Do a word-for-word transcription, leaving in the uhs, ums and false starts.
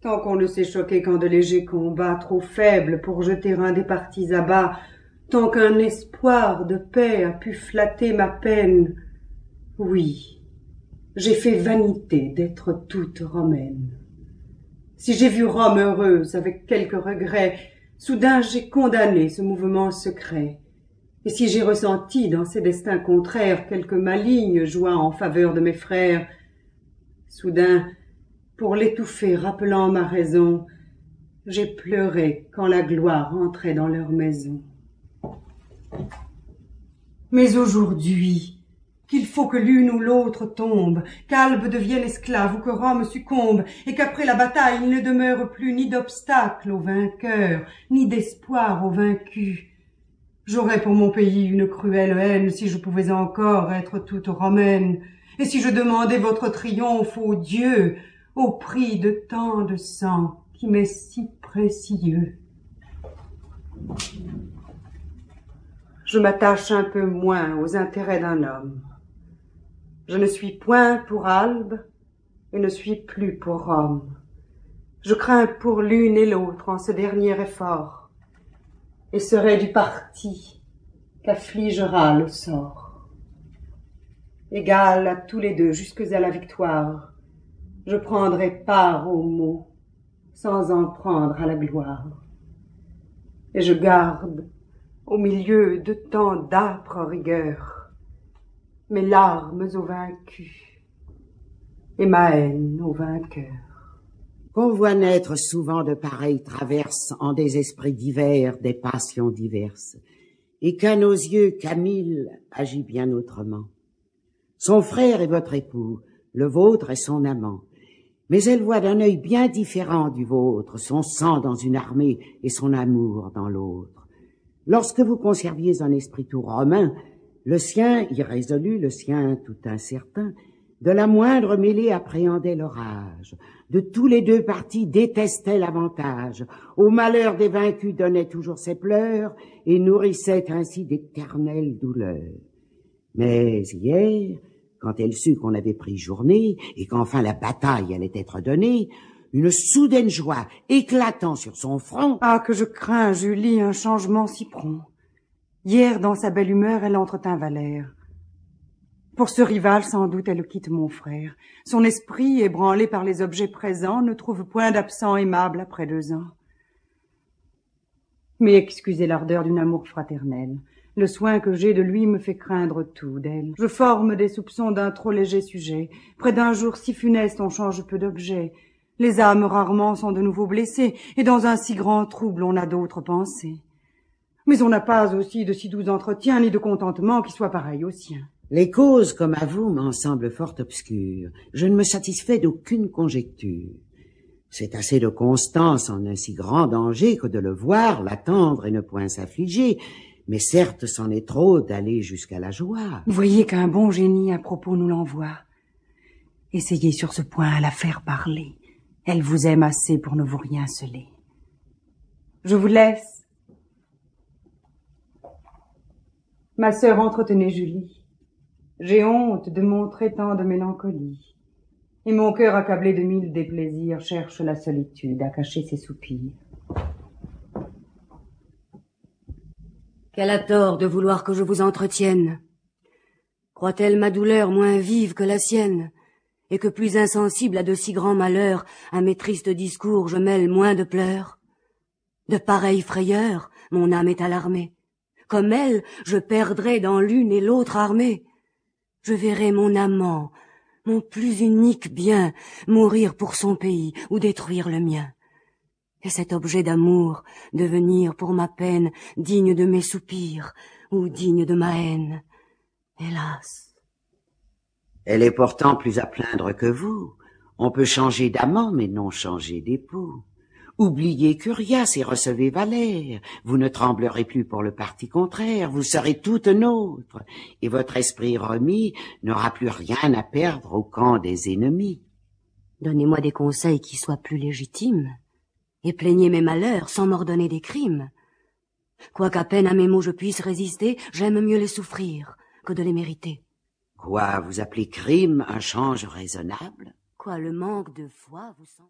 Tant qu'on ne s'est choqué qu'en de légers combats, trop faibles pour jeter un des partis à bas, tant qu'un espoir de paix a pu flatter ma peine, oui, j'ai fait vanité d'être toute romaine. Si j'ai vu Rome heureuse avec quelques regrets, soudain j'ai condamné ce mouvement secret. Et si j'ai ressenti dans ces destins contraires quelque maligne joie en faveur de mes frères, soudain, pour l'étouffer rappelant ma raison, j'ai pleuré quand la gloire entrait dans leur maison. Mais aujourd'hui, qu'il faut que l'une ou l'autre tombe, qu'Albe devienne esclave ou que Rome succombe, et qu'après la bataille il ne demeure plus ni d'obstacle au vainqueur, ni d'espoir au vaincu. J'aurais pour mon pays une cruelle haine si je pouvais encore être toute romaine, et si je demandais votre triomphe aux dieux, au prix de tant de sang qui m'est si précieux. Je m'attache un peu moins aux intérêts d'un homme. Je ne suis point pour Albe et ne suis plus pour Rome. Je crains pour l'une et l'autre en ce dernier effort, et serai du parti qu'affligera le sort. Égal à tous les deux jusque à la victoire, je prendrai part aux maux sans en prendre à la gloire. Et je garde, au milieu de tant d'âpres rigueurs, mes larmes aux vaincus et ma haine aux vainqueurs. Qu'on voit naître souvent de pareilles traverses en des esprits divers, des passions diverses, et qu'à nos yeux Camille agit bien autrement. Son frère est votre époux, le vôtre est son amant, mais elle voit d'un œil bien différent du vôtre son sang dans une armée et son amour dans l'autre. Lorsque vous conserviez un esprit tout romain, le sien irrésolu, le sien tout incertain, de la moindre mêlée appréhendait l'orage, de tous les deux partis détestait l'avantage, au malheur des vaincus donnait toujours ses pleurs, et nourrissait ainsi d'éternelles douleurs. Mais hier, quand elle sut qu'on avait pris journée, et qu'enfin la bataille allait être donnée, une soudaine joie éclatant sur son front. Ah, que je crains, Julie, un changement si prompt. Hier, dans sa belle humeur, elle entretint Valère. Pour ce rival, sans doute, elle quitte mon frère. Son esprit, ébranlé par les objets présents, ne trouve point d'absent aimable après deux ans. Mais excusez l'ardeur d'un amour fraternel. Le soin que j'ai de lui me fait craindre tout d'elle. Je forme des soupçons d'un trop léger sujet. Près d'un jour si funeste, on change peu d'objets. Les âmes rarement sont de nouveau blessées, et dans un si grand trouble, on a d'autres pensées. Mais on n'a pas aussi de si doux entretiens, ni de contentement qui soient pareils aux siens. Les causes, comme à vous, m'en semblent fort obscures. Je ne me satisfais d'aucune conjecture. C'est assez de constance en un si grand danger que de le voir, l'attendre et ne point s'affliger. Mais certes, c'en est trop d'aller jusqu'à la joie. Voyez qu'un bon génie à propos nous l'envoie. Essayez sur ce point à la faire parler. Elle vous aime assez pour ne vous rien celer. Je vous laisse. Ma sœur, entretenez Julie. J'ai honte de montrer tant de mélancolie. Et mon cœur accablé de mille déplaisirs cherche la solitude à cacher ses soupirs. Qu'elle a tort de vouloir que je vous entretienne. Croit-elle ma douleur moins vive que la sienne, et que plus insensible à de si grands malheurs, à mes tristes discours je mêle moins de pleurs? De pareilles frayeurs, mon âme est alarmée. Comme elle, je perdrai dans l'une et l'autre armée. Je verrai mon amant, mon plus unique bien, mourir pour son pays ou détruire le mien. Et cet objet d'amour devenir pour ma peine digne de mes soupirs ou digne de ma haine. Hélas! Elle est pourtant plus à plaindre que vous. On peut changer d'amant, mais non changer d'époux. Oubliez Curias et recevez Valère. Vous ne tremblerez plus pour le parti contraire, vous serez toute nôtre, et votre esprit remis n'aura plus rien à perdre au camp des ennemis. Donnez-moi des conseils qui soient plus légitimes, et plaignez mes malheurs sans m'ordonner des crimes. Quoiqu'à peine à mes maux je puisse résister, j'aime mieux les souffrir que de les mériter. Quoi, vous appelez crime un change raisonnable? Quoi, le manque de foi vous semble...